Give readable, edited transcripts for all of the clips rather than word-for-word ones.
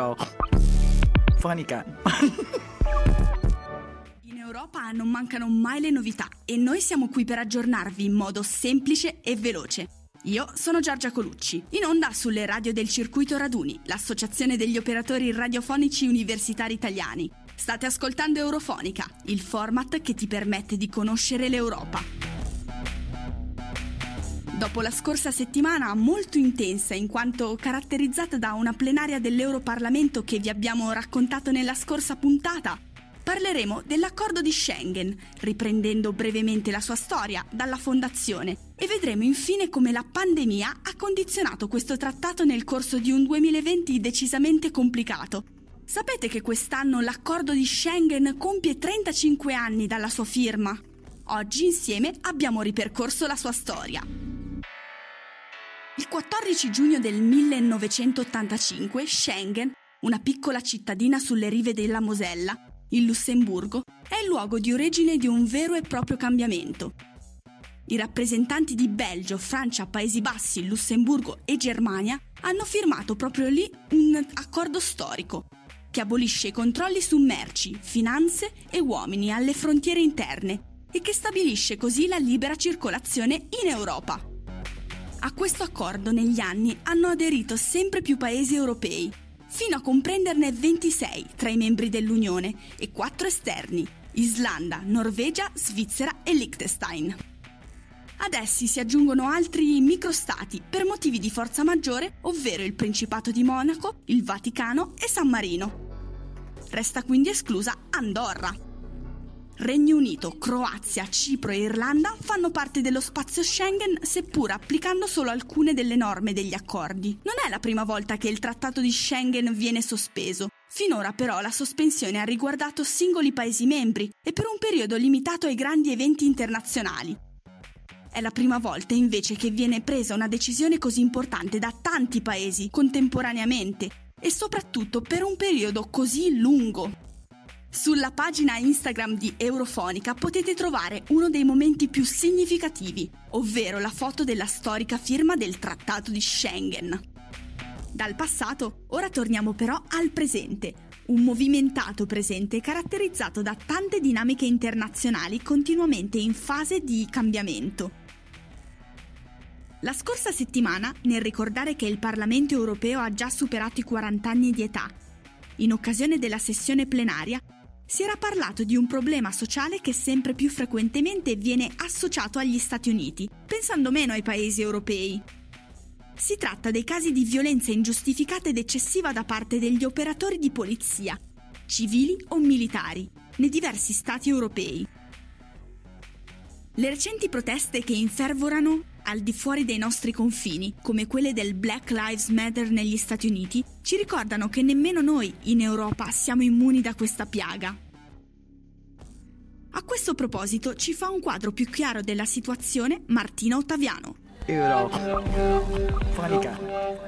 Eurofonica. In Europa non mancano mai le novità e noi siamo qui per aggiornarvi in modo semplice e veloce. Io sono Giorgia Colucci, in onda sulle radio del Circuito Raduni, l'associazione degli operatori radiofonici universitari italiani. State ascoltando Eurofonica, il format che ti permette di conoscere l'Europa. Dopo la scorsa settimana molto intensa in quanto caratterizzata da una plenaria dell'Europarlamento che vi abbiamo raccontato nella scorsa puntata, parleremo dell'accordo di Schengen, riprendendo brevemente la sua storia dalla fondazione e vedremo infine come la pandemia ha condizionato questo trattato nel corso di un 2020 decisamente complicato. Sapete che quest'anno l'accordo di Schengen compie 35 anni dalla sua firma? Oggi insieme abbiamo ripercorso la sua storia. Il 14 giugno del 1985 Schengen, una piccola cittadina sulle rive della Mosella, il Lussemburgo, è il luogo di origine di un vero e proprio cambiamento. I rappresentanti di Belgio, Francia, Paesi Bassi, Lussemburgo e Germania hanno firmato proprio lì un accordo storico che abolisce i controlli su merci, finanze e uomini alle frontiere interne e che stabilisce così la libera circolazione in Europa. A questo accordo negli anni hanno aderito sempre più paesi europei, fino a comprenderne 26 tra i membri dell'Unione e 4 esterni: Islanda, Norvegia, Svizzera e Liechtenstein. Ad essi si aggiungono altri microstati per motivi di forza maggiore, ovvero il Principato di Monaco, il Vaticano e San Marino. Resta quindi esclusa Andorra. Regno Unito, Croazia, Cipro e Irlanda fanno parte dello spazio Schengen, seppur applicando solo alcune delle norme degli accordi. Non è la prima volta che il trattato di Schengen viene sospeso. Finora però la sospensione ha riguardato singoli Paesi membri e per un periodo limitato ai grandi eventi internazionali. È la prima volta invece che viene presa una decisione così importante da tanti Paesi contemporaneamente e soprattutto per un periodo così lungo. Sulla pagina Instagram di Eurofonica potete trovare uno dei momenti più significativi, ovvero la foto della storica firma del Trattato di Schengen. Dal passato, ora torniamo però al presente, un movimentato presente caratterizzato da tante dinamiche internazionali continuamente in fase di cambiamento. La scorsa settimana, nel ricordare che il Parlamento europeo ha già superato i 40 anni di età, in occasione della sessione plenaria, si era parlato di un problema sociale che sempre più frequentemente viene associato agli Stati Uniti, pensando meno ai paesi europei. Si tratta dei casi di violenza ingiustificata ed eccessiva da parte degli operatori di polizia, civili o militari, nei diversi Stati europei. Le recenti proteste che infervorano al di fuori dei nostri confini, come quelle del Black Lives Matter negli Stati Uniti, ci ricordano che nemmeno noi in Europa siamo immuni da questa piaga. A questo proposito ci fa un quadro più chiaro della situazione Martina Ottaviano. Eurofonica.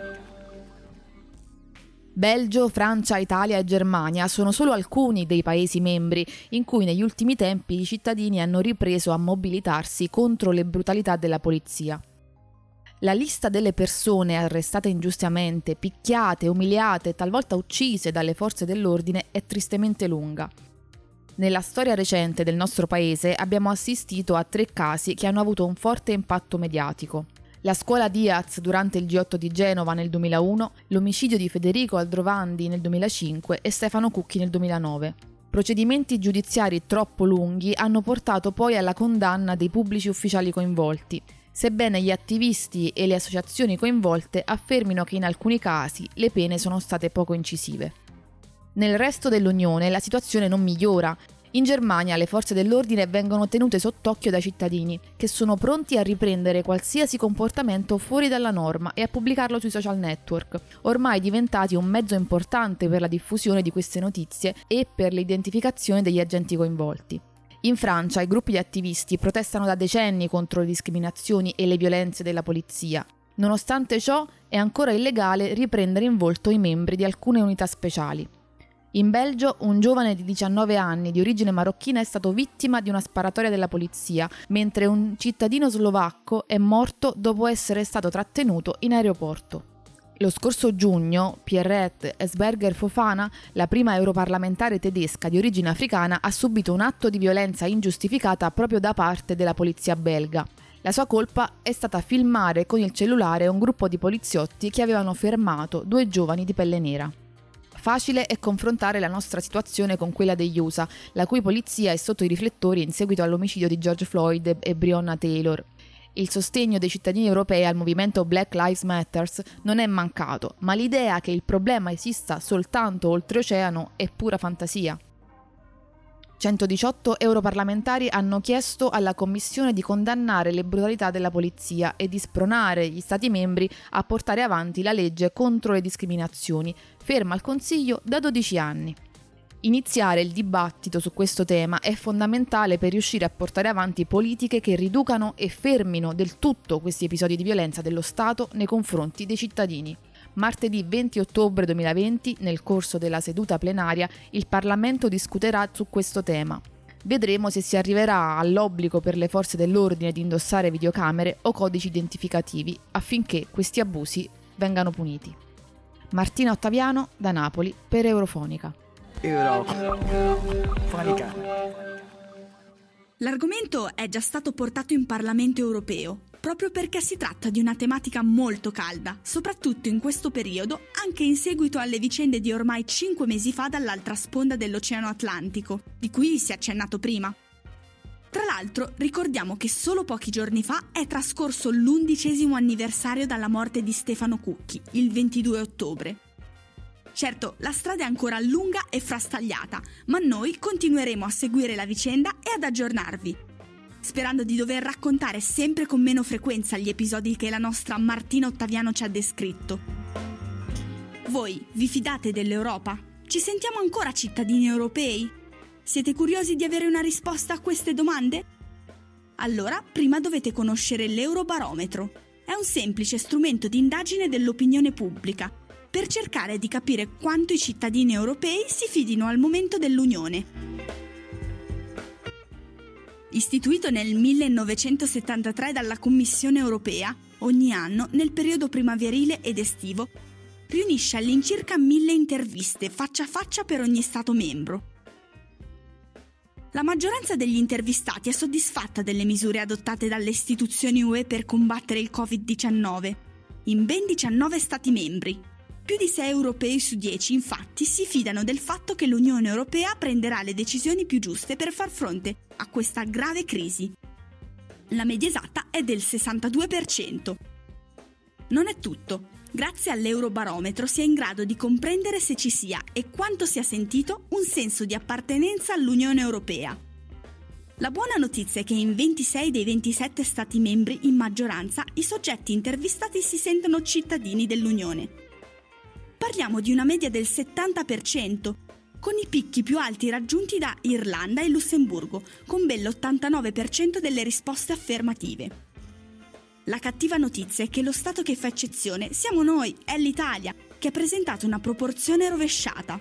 Belgio, Francia, Italia e Germania sono solo alcuni dei Paesi membri in cui negli ultimi tempi i cittadini hanno ripreso a mobilitarsi contro le brutalità della polizia. La lista delle persone arrestate ingiustamente, picchiate, umiliate e talvolta uccise dalle forze dell'ordine è tristemente lunga. Nella storia recente del nostro paese abbiamo assistito a 3 casi che hanno avuto un forte impatto mediatico. La scuola Diaz durante il G8 di Genova nel 2001, l'omicidio di Federico Aldrovandi nel 2005 e Stefano Cucchi nel 2009. Procedimenti giudiziari troppo lunghi hanno portato poi alla condanna dei pubblici ufficiali coinvolti, sebbene gli attivisti e le associazioni coinvolte affermino che in alcuni casi le pene sono state poco incisive. Nel resto dell'Unione la situazione non migliora. In Germania le forze dell'ordine vengono tenute sott'occhio dai cittadini, che sono pronti a riprendere qualsiasi comportamento fuori dalla norma e a pubblicarlo sui social network, ormai diventati un mezzo importante per la diffusione di queste notizie e per l'identificazione degli agenti coinvolti. In Francia i gruppi di attivisti protestano da decenni contro le discriminazioni e le violenze della polizia. Nonostante ciò, è ancora illegale riprendere in volto i membri di alcune unità speciali. In Belgio, un giovane di 19 anni di origine marocchina è stato vittima di una sparatoria della polizia, mentre un cittadino slovacco è morto dopo essere stato trattenuto in aeroporto. Lo scorso giugno, Pierrette Esberger-Fofana, la prima europarlamentare tedesca di origine africana, ha subito un atto di violenza ingiustificata proprio da parte della polizia belga. La sua colpa è stata filmare con il cellulare un gruppo di poliziotti che avevano fermato 2 giovani di pelle nera. Facile è confrontare la nostra situazione con quella degli USA, la cui polizia è sotto i riflettori in seguito all'omicidio di George Floyd e Breonna Taylor. Il sostegno dei cittadini europei al movimento Black Lives Matter non è mancato, ma l'idea che il problema esista soltanto oltreoceano è pura fantasia. 118 europarlamentari hanno chiesto alla Commissione di condannare le brutalità della polizia e di spronare gli Stati membri a portare avanti la legge contro le discriminazioni, ferma al Consiglio da 12 anni. Iniziare il dibattito su questo tema è fondamentale per riuscire a portare avanti politiche che riducano e fermino del tutto questi episodi di violenza dello Stato nei confronti dei cittadini. Martedì 20 ottobre 2020, nel corso della seduta plenaria, il Parlamento discuterà su questo tema. Vedremo se si arriverà all'obbligo per le forze dell'ordine di indossare videocamere o codici identificativi affinché questi abusi vengano puniti. Martina Ottaviano, da Napoli, per Eurofonica. Eurofonica. L'argomento è già stato portato in Parlamento europeo, proprio perché si tratta di una tematica molto calda, soprattutto in questo periodo, anche in seguito alle vicende di ormai 5 mesi fa dall'altra sponda dell'Oceano Atlantico, di cui si è accennato prima. Tra l'altro, ricordiamo che solo pochi giorni fa è trascorso l'11° anniversario dalla morte di Stefano Cucchi, il 22 ottobre. Certo, la strada è ancora lunga e frastagliata, ma noi continueremo a seguire la vicenda e ad aggiornarvi, sperando di dover raccontare sempre con meno frequenza gli episodi che la nostra Martina Ottaviano ci ha descritto. Voi vi fidate dell'Europa? Ci sentiamo ancora cittadini europei? Siete curiosi di avere una risposta a queste domande? Allora, prima dovete conoscere l'Eurobarometro. È un semplice strumento di indagine dell'opinione pubblica, per cercare di capire quanto i cittadini europei si fidino al momento dell'Unione. Istituito nel 1973 dalla Commissione europea, ogni anno, nel periodo primaverile ed estivo, riunisce all'incirca 1000 interviste faccia a faccia per ogni Stato membro. La maggioranza degli intervistati è soddisfatta delle misure adottate dalle istituzioni UE per combattere il Covid-19, in ben 19 Stati membri. Più di 6 europei su 10, infatti, si fidano del fatto che l'Unione Europea prenderà le decisioni più giuste per far fronte a questa grave crisi. La media esatta è del 62%. Non è tutto. Grazie all'Eurobarometro si è in grado di comprendere se ci sia e quanto sia sentito un senso di appartenenza all'Unione Europea. La buona notizia è che in 26 dei 27 Stati membri in maggioranza i soggetti intervistati si sentono cittadini dell'Unione. Parliamo di una media del 70%, con i picchi più alti raggiunti da Irlanda e Lussemburgo, con ben l'89% delle risposte affermative. La cattiva notizia è che lo Stato che fa eccezione siamo noi, è l'Italia, che ha presentato una proporzione rovesciata.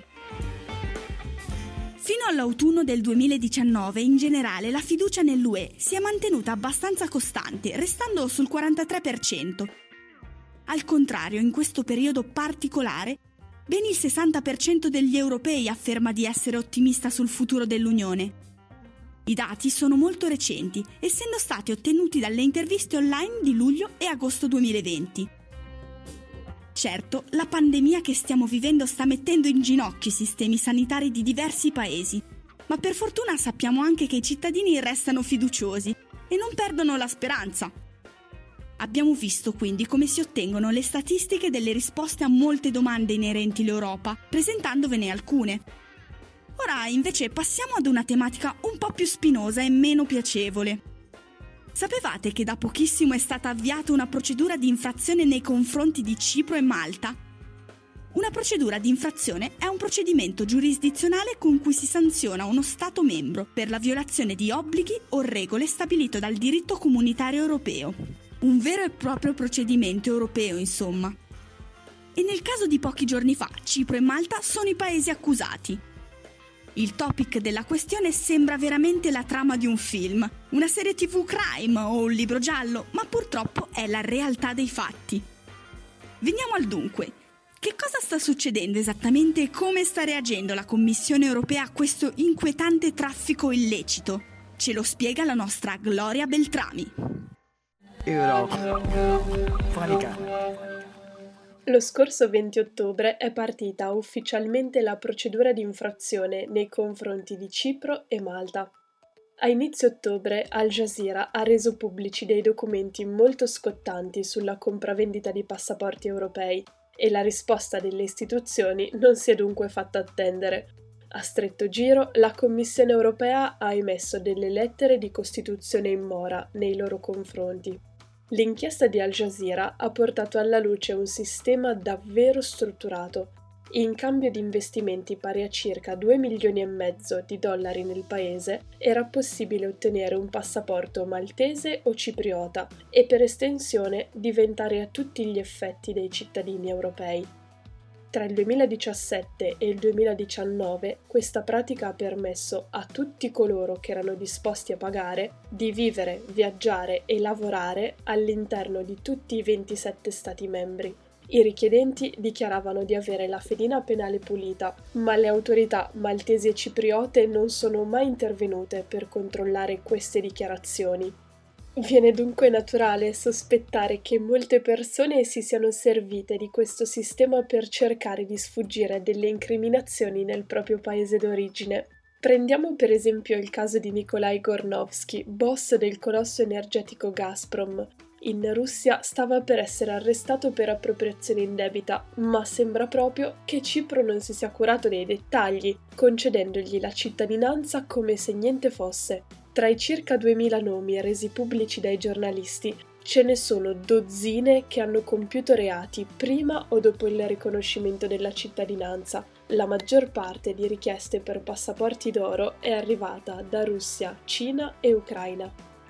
Fino all'autunno del 2019, in generale, la fiducia nell'UE si è mantenuta abbastanza costante, restando sul 43%. Al contrario, in questo periodo particolare, ben il 60% degli europei afferma di essere ottimista sul futuro dell'Unione. I dati sono molto recenti, essendo stati ottenuti dalle interviste online di luglio e agosto 2020. Certo, la pandemia che stiamo vivendo sta mettendo in ginocchio i sistemi sanitari di diversi paesi, ma per fortuna sappiamo anche che i cittadini restano fiduciosi e non perdono la speranza. Abbiamo visto quindi come si ottengono le statistiche delle risposte a molte domande inerenti all'Europa, presentandovene alcune. Ora invece passiamo ad una tematica un po' più spinosa e meno piacevole. Sapevate che da pochissimo è stata avviata una procedura di infrazione nei confronti di Cipro e Malta? Una procedura di infrazione è un procedimento giurisdizionale con cui si sanziona uno Stato membro per la violazione di obblighi o regole stabilito dal diritto comunitario europeo. Un vero e proprio procedimento europeo, insomma. E nel caso di pochi giorni fa, Cipro e Malta sono i paesi accusati. Il topic della questione sembra veramente la trama di un film, una serie TV crime o un libro giallo, ma purtroppo è la realtà dei fatti. Veniamo al dunque. Che cosa sta succedendo esattamente e come sta reagendo la Commissione europea a questo inquietante traffico illecito? Ce lo spiega la nostra Gloria Beltrami. Europa. Fanicana. Lo scorso 20 ottobre è partita ufficialmente la procedura di infrazione nei confronti di Cipro e Malta. A inizio ottobre Al Jazeera ha reso pubblici dei documenti molto scottanti sulla compravendita di passaporti europei e la risposta delle istituzioni non si è dunque fatta attendere. A stretto giro, la Commissione europea ha emesso delle lettere di costituzione in mora nei loro confronti. L'inchiesta di Al Jazeera ha portato alla luce un sistema davvero strutturato. In cambio di investimenti pari a circa 2,5 milioni di dollari nel paese, era possibile ottenere un passaporto maltese o cipriota e per estensione diventare a tutti gli effetti dei cittadini europei. Tra il 2017 e il 2019 questa pratica ha permesso a tutti coloro che erano disposti a pagare di vivere, viaggiare e lavorare all'interno di tutti i 27 Stati membri. I richiedenti dichiaravano di avere la fedina penale pulita, ma le autorità maltesi e cipriote non sono mai intervenute per controllare queste dichiarazioni. Viene dunque naturale sospettare che molte persone si siano servite di questo sistema per cercare di sfuggire delle incriminazioni nel proprio paese d'origine. Prendiamo per esempio il caso di Nikolai Gornovsky, boss del colosso energetico Gazprom. In Russia stava per essere arrestato per appropriazione indebita, ma sembra proprio che Cipro non si sia curato dei dettagli, concedendogli la cittadinanza come se niente fosse. Tra i circa 2000 nomi resi pubblici dai giornalisti, ce ne sono dozzine che hanno compiuto reati prima o dopo il riconoscimento della cittadinanza. La maggior parte di richieste per passaporti d'oro è arrivata da Russia, Cina e Ucraina.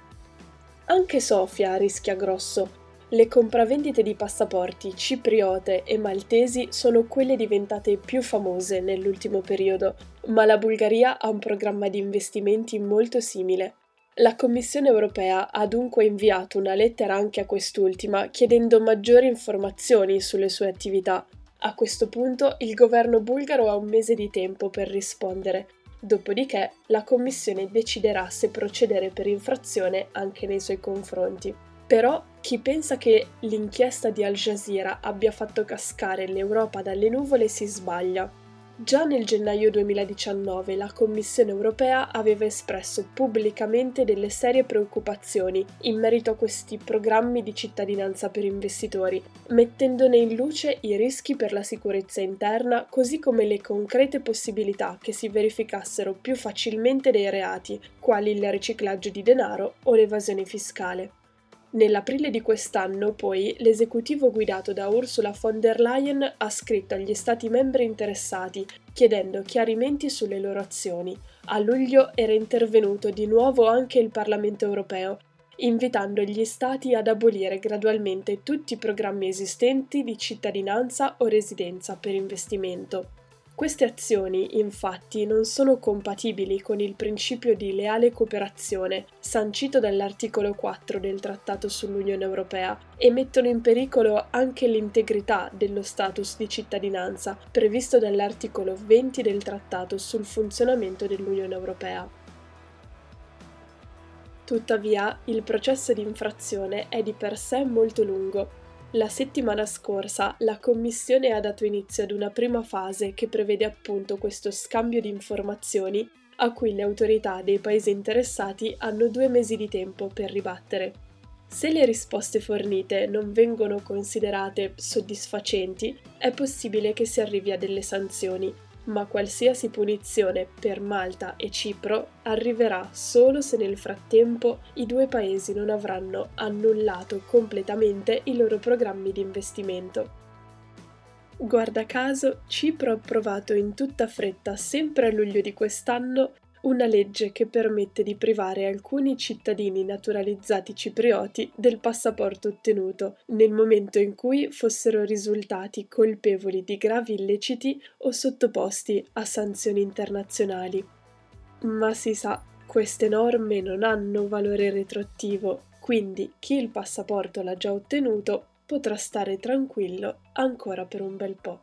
Anche Sofia rischia grosso. Le compravendite di passaporti cipriote e maltesi sono quelle diventate più famose nell'ultimo periodo, ma la Bulgaria ha un programma di investimenti molto simile. La Commissione europea ha dunque inviato una lettera anche a quest'ultima chiedendo maggiori informazioni sulle sue attività. A questo punto il governo bulgaro ha un mese di tempo per rispondere. Dopodiché la Commissione deciderà se procedere per infrazione anche nei suoi confronti. Però chi pensa che l'inchiesta di Al Jazeera abbia fatto cascare l'Europa dalle nuvole si sbaglia. Già nel gennaio 2019 la Commissione europea aveva espresso pubblicamente delle serie preoccupazioni in merito a questi programmi di cittadinanza per investitori, mettendone in luce i rischi per la sicurezza interna, così come le concrete possibilità che si verificassero più facilmente dei reati, quali il riciclaggio di denaro o l'evasione fiscale. Nell'aprile di quest'anno, poi, l'esecutivo guidato da Ursula von der Leyen ha scritto agli Stati membri interessati, chiedendo chiarimenti sulle loro azioni. A luglio era intervenuto di nuovo anche il Parlamento europeo, invitando gli Stati ad abolire gradualmente tutti i programmi esistenti di cittadinanza o residenza per investimento. Queste azioni, infatti, non sono compatibili con il principio di leale cooperazione, sancito dall'articolo 4 del Trattato sull'Unione Europea, e mettono in pericolo anche l'integrità dello status di cittadinanza, previsto dall'articolo 20 del Trattato sul funzionamento dell'Unione Europea. Tuttavia, il processo di infrazione è di per sé molto lungo. La settimana scorsa la Commissione ha dato inizio ad una prima fase che prevede appunto questo scambio di informazioni a cui le autorità dei paesi interessati hanno 2 mesi di tempo per ribattere. Se le risposte fornite non vengono considerate soddisfacenti, è possibile che si arrivi a delle sanzioni, ma qualsiasi punizione per Malta e Cipro arriverà solo se nel frattempo i 2 paesi non avranno annullato completamente i loro programmi di investimento. Guarda caso, Cipro ha approvato in tutta fretta, sempre a luglio di quest'anno, una legge che permette di privare alcuni cittadini naturalizzati ciprioti del passaporto ottenuto nel momento in cui fossero risultati colpevoli di gravi illeciti o sottoposti a sanzioni internazionali. Ma si sa, queste norme non hanno valore retroattivo, quindi chi il passaporto l'ha già ottenuto potrà stare tranquillo ancora per un bel po'.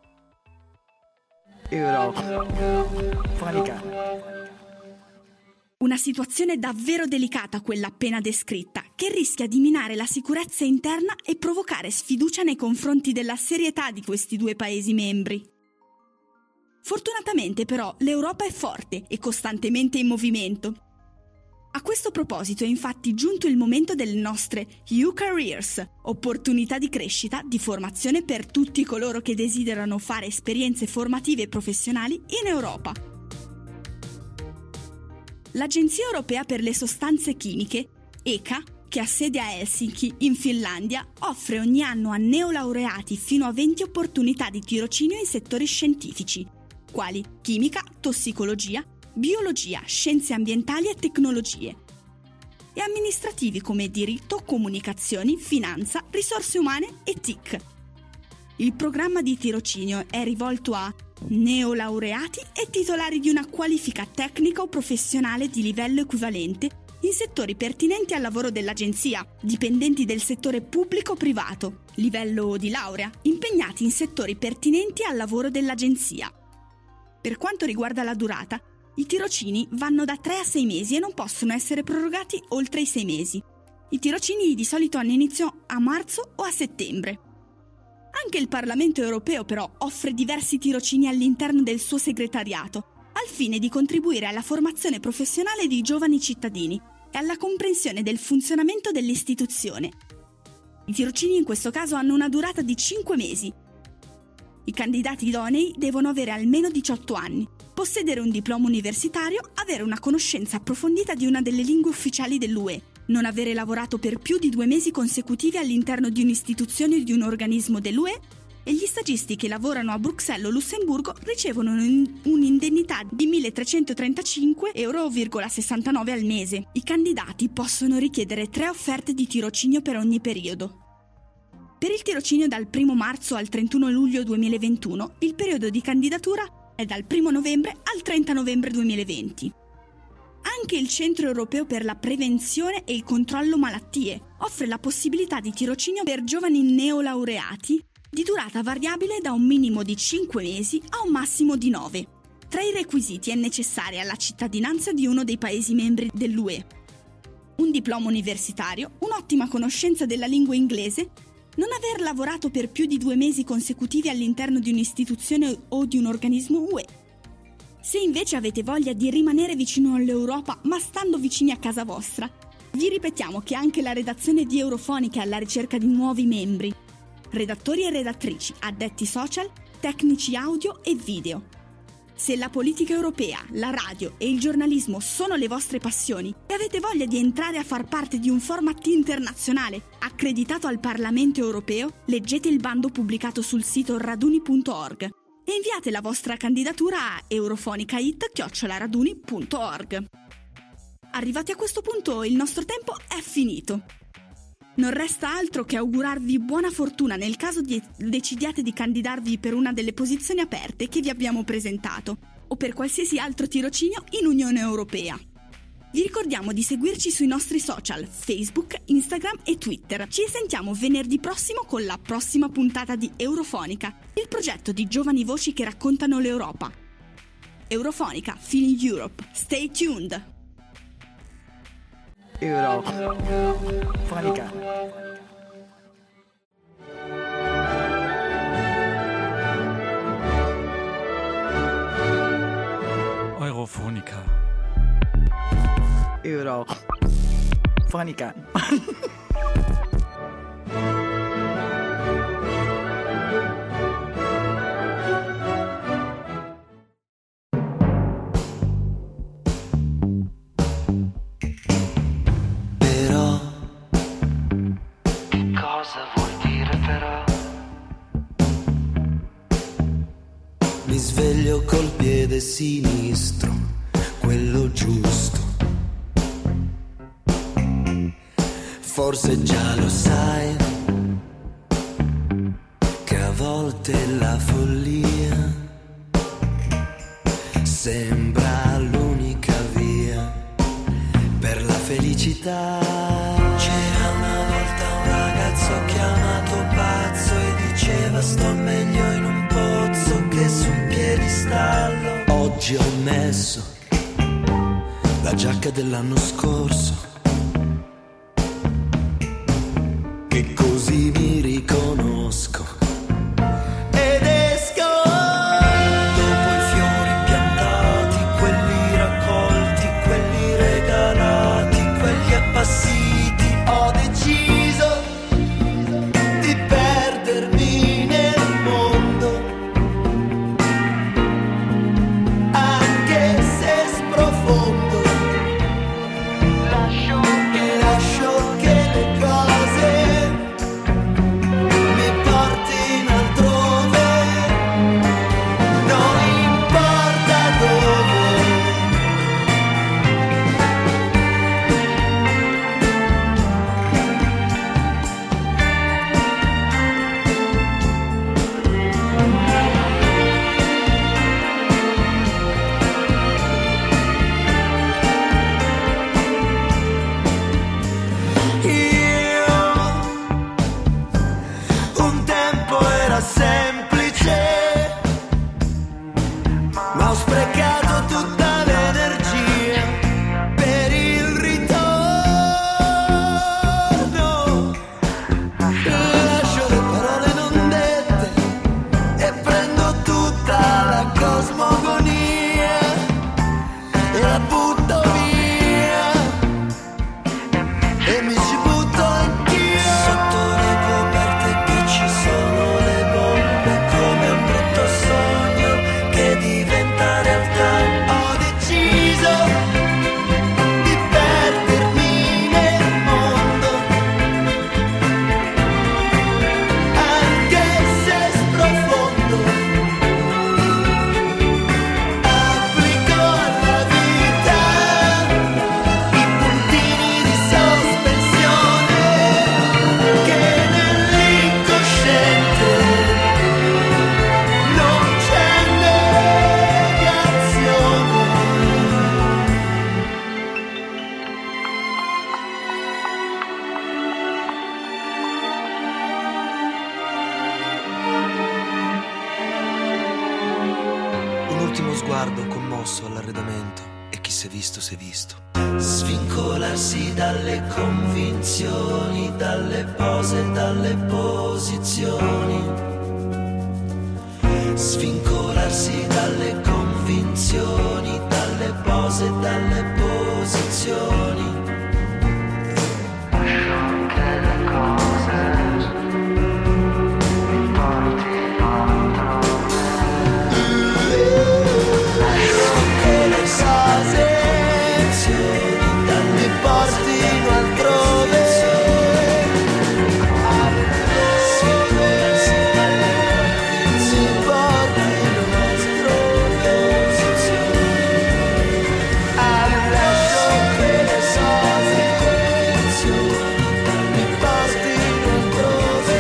Eurofonica. Una situazione davvero delicata quella appena descritta, che rischia di minare la sicurezza interna e provocare sfiducia nei confronti della serietà di questi due Paesi membri. Fortunatamente però l'Europa è forte e costantemente in movimento. A questo proposito è infatti giunto il momento delle nostre U-Careers, opportunità di crescita, di formazione per tutti coloro che desiderano fare esperienze formative e professionali in Europa. L'Agenzia Europea per le Sostanze Chimiche, ECHA, che ha sede a Helsinki, in Finlandia, offre ogni anno a neolaureati fino a 20 opportunità di tirocinio in settori scientifici, quali chimica, tossicologia, biologia, scienze ambientali e tecnologie, e amministrativi come diritto, comunicazioni, finanza, risorse umane e TIC. Il programma di tirocinio è rivolto a neolaureati e titolari di una qualifica tecnica o professionale di livello equivalente in settori pertinenti al lavoro dell'agenzia, dipendenti del settore pubblico o privato, livello di laurea, impegnati in settori pertinenti al lavoro dell'agenzia. Per quanto riguarda la durata, i tirocini vanno da 3 a 6 mesi e non possono essere prorogati oltre i 6 mesi. I tirocini di solito hanno inizio a marzo o a settembre. Anche il Parlamento europeo però offre diversi tirocini all'interno del suo segretariato, al fine di contribuire alla formazione professionale di giovani cittadini e alla comprensione del funzionamento dell'istituzione. I tirocini in questo caso hanno una durata di 5 mesi. I candidati idonei devono avere almeno 18 anni, possedere un diploma universitario, avere una conoscenza approfondita di una delle lingue ufficiali dell'UE, non avere lavorato per più di 2 mesi consecutivi all'interno di un'istituzione o di un organismo dell'UE, e gli stagisti che lavorano a Bruxelles o Lussemburgo ricevono un'indennità di 1.335,69 euro al mese. I candidati possono richiedere 3 offerte di tirocinio per ogni periodo. Per il tirocinio dal 1 marzo al 31 luglio 2021, il periodo di candidatura è dal 1 novembre al 30 novembre 2020. Anche il Centro Europeo per la Prevenzione e il Controllo Malattie offre la possibilità di tirocinio per giovani neolaureati di durata variabile da un minimo di 5 mesi a un massimo di 9. Tra i requisiti è necessaria la cittadinanza di uno dei Paesi membri dell'UE, un diploma universitario, un'ottima conoscenza della lingua inglese, non aver lavorato per più di 2 mesi consecutivi all'interno di un'istituzione o di un organismo UE. Se invece avete voglia di rimanere vicino all'Europa ma stando vicini a casa vostra, vi ripetiamo che anche la redazione di Eurofonica è alla ricerca di nuovi membri, redattori e redattrici, addetti social, tecnici audio e video. Se la politica europea, la radio e il giornalismo sono le vostre passioni e avete voglia di entrare a far parte di un format internazionale accreditato al Parlamento europeo, leggete il bando pubblicato sul sito raduni.org e inviate la vostra candidatura a eurofonicait@raduni.org. Arrivati a questo punto il nostro tempo è finito. Non resta altro che augurarvi buona fortuna nel caso decidiate di candidarvi per una delle posizioni aperte che vi abbiamo presentato o per qualsiasi altro tirocinio in Unione Europea. Vi ricordiamo di seguirci sui nostri social Facebook, Instagram e Twitter. Ci sentiamo venerdì prossimo con la prossima puntata di Eurofonica, il progetto di giovani voci che raccontano l'Europa. Eurofonica, Feeling Europe. Stay tuned! Eurofonica. Eurofonica. Eurofonica. Mi sveglio col piede sinistro, quello giusto. Forse già lo sai, che a volte la follia sembra l'unica via per la felicità. C'era una volta un ragazzo chiamato Pai, sto meglio in un pozzo che su un piedistallo. Oggi ho messo la giacca dell'anno scorso, che così mi riconosco. Ed esco dopo i fiori piantati, quelli raccolti, quelli regalati, quelli appassiti. Ho deciso di perdermi nel mondo, anche se sprofondo. Lascio che le cose mi portino altrove, non importa dove. Un tempo era semplice, ma ho sprecato tutta l'energia per il ritorno. Lascio le parole non dette e prendo tutta la cosmogonia e la butto via. E mi ci butto anch'io. Sotto le coperte che ci sono le bombe, come un brutto sogno che diventa realtà. Ho deciso di perdermi nel mondo, anche se sprofondo. Applico alla vita i puntini di sospensione che nell'incosciente non c'è negazione. Un ultimo sguardo commosso all'arredamento e chi s'è visto s'è visto. Svincolarsi dalle convinzioni, dalle pose, dalle posizioni. Svincolarsi dalle convinzioni, dalle pose, dalle posizioni. Che le cose mi portino altrove. Mi portino altrove. Lascio che le cose mi portino altrove.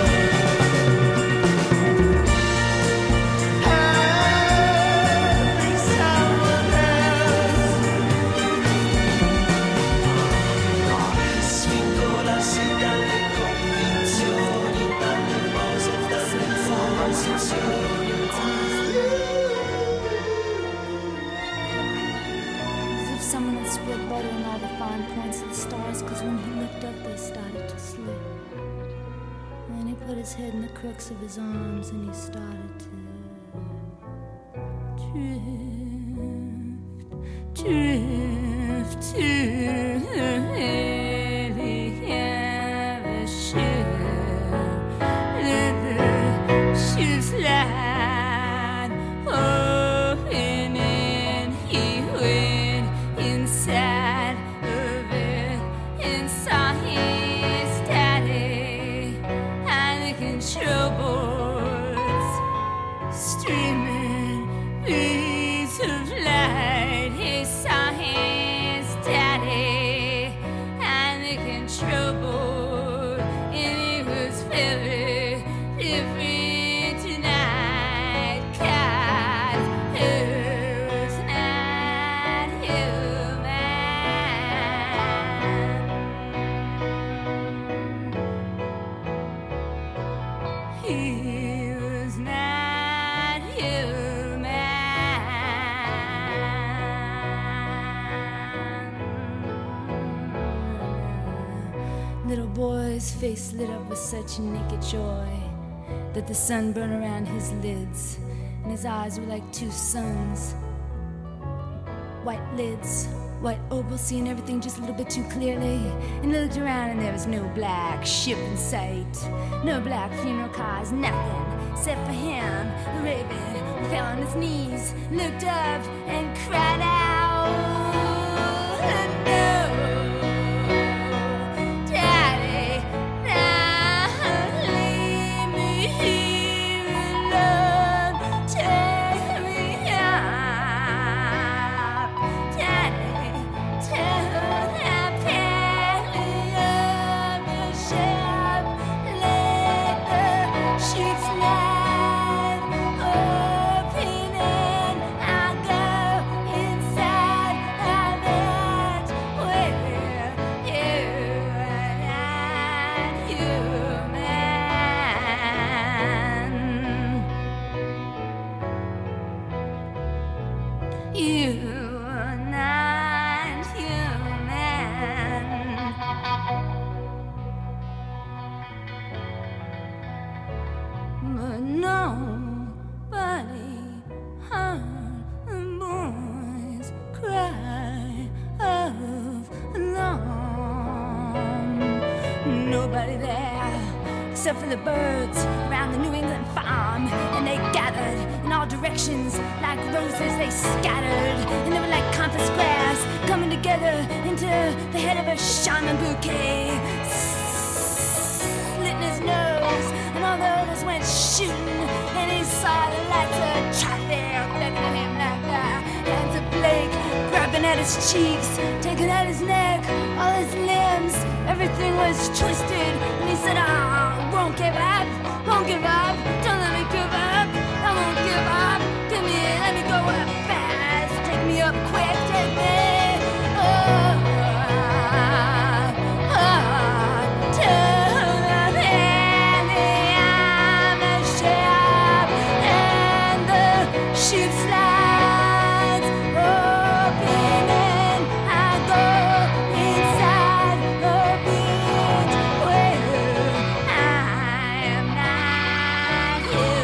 Svincolarsi dalle convinzioni, dalle pose, dalle posizioni. As if someone had spilled butter on all the fine points of the stars, cause when he looked up they started to slip. Then he put his head in the crooks of his arms and he started to drift to the ship. Let the ship's light open and he went inside of it and saw his daddy and the control boards streaming beams of light. He saw his daddy Little boy's face lit up with such naked joy that the sun burned around his lids, and his eyes were like two suns. White lids, white opal, seeing everything just a little bit too clearly. And he looked around and there was no black ship in sight, no black funeral cars, nothing except for him, the raven, who fell on his knees, looked up and cried out, no, Daddy, now leave me here alone, take me out, Daddy, tell that penny of the ship, let the sheets lie open and I'll go inside of it where you're not human. But nobody heard the boys cry of alarm. Nobody there except for the birds around the New England farm, and they gathered in all directions like roses. They scattered, and they were like compass grass coming together into the head of a shaman bouquet. Slitting his nose, and all the others went shooting, and he saw the lights of traffic looking at him like that. Hands of Blake grabbing at his cheeks, taking at his neck, all his limbs, everything was twisted. And he said, I won't give up, won't give up, don't let me give up, I won't give up, come here, let me go up fast, take me up quick, take me up, to the valley of the ship, and the ship slides open and I go inside of it where I am not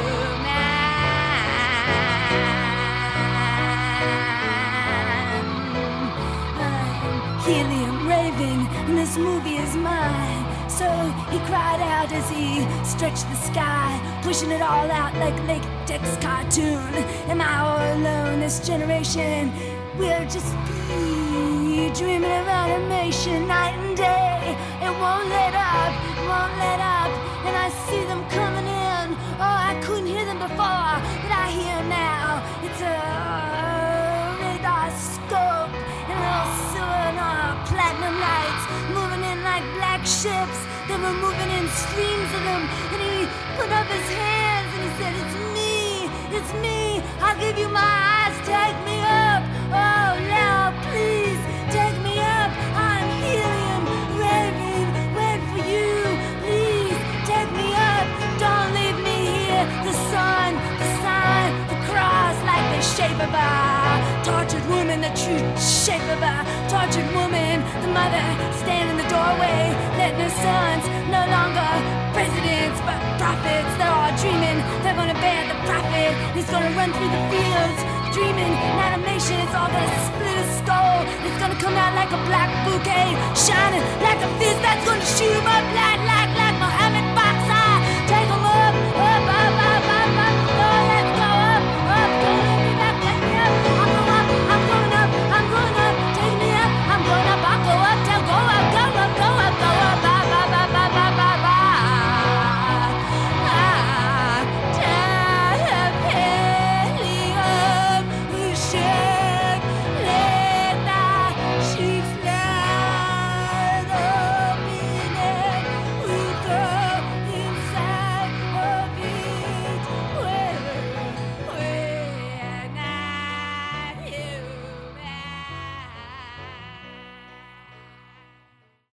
human. I'm helium raving, and this movie is mine. So he cried out as he stretched the sky, pushing it all out like latex cartoon. Am I all alone? This generation will just be dreaming of animation night and day. It won't let up, won't let up. And I see them coming in. Oh, I couldn't hear them before, but I hear them now. It's a radar scope and little silver platinum lights moving in like black ships. They were moving in streams of them, and he put up his hands and he said, it's me, I'll give you my eyes, take me up. Oh, now please take me up. I'm helium raving, wait for you. Please take me up, don't leave me here. The sun, the sign, the cross, like the shape of a tortured woman, the true shape of a tortured woman. The mother standing in the doorway, letting her sons, no longer presidents but prophets. They're all dreaming they're gonna bear the prophet. He's gonna run through the fields dreaming in animation. It's all gonna split his skull. It's gonna come out like a black bouquet, shining like a fist that's gonna shoot him up like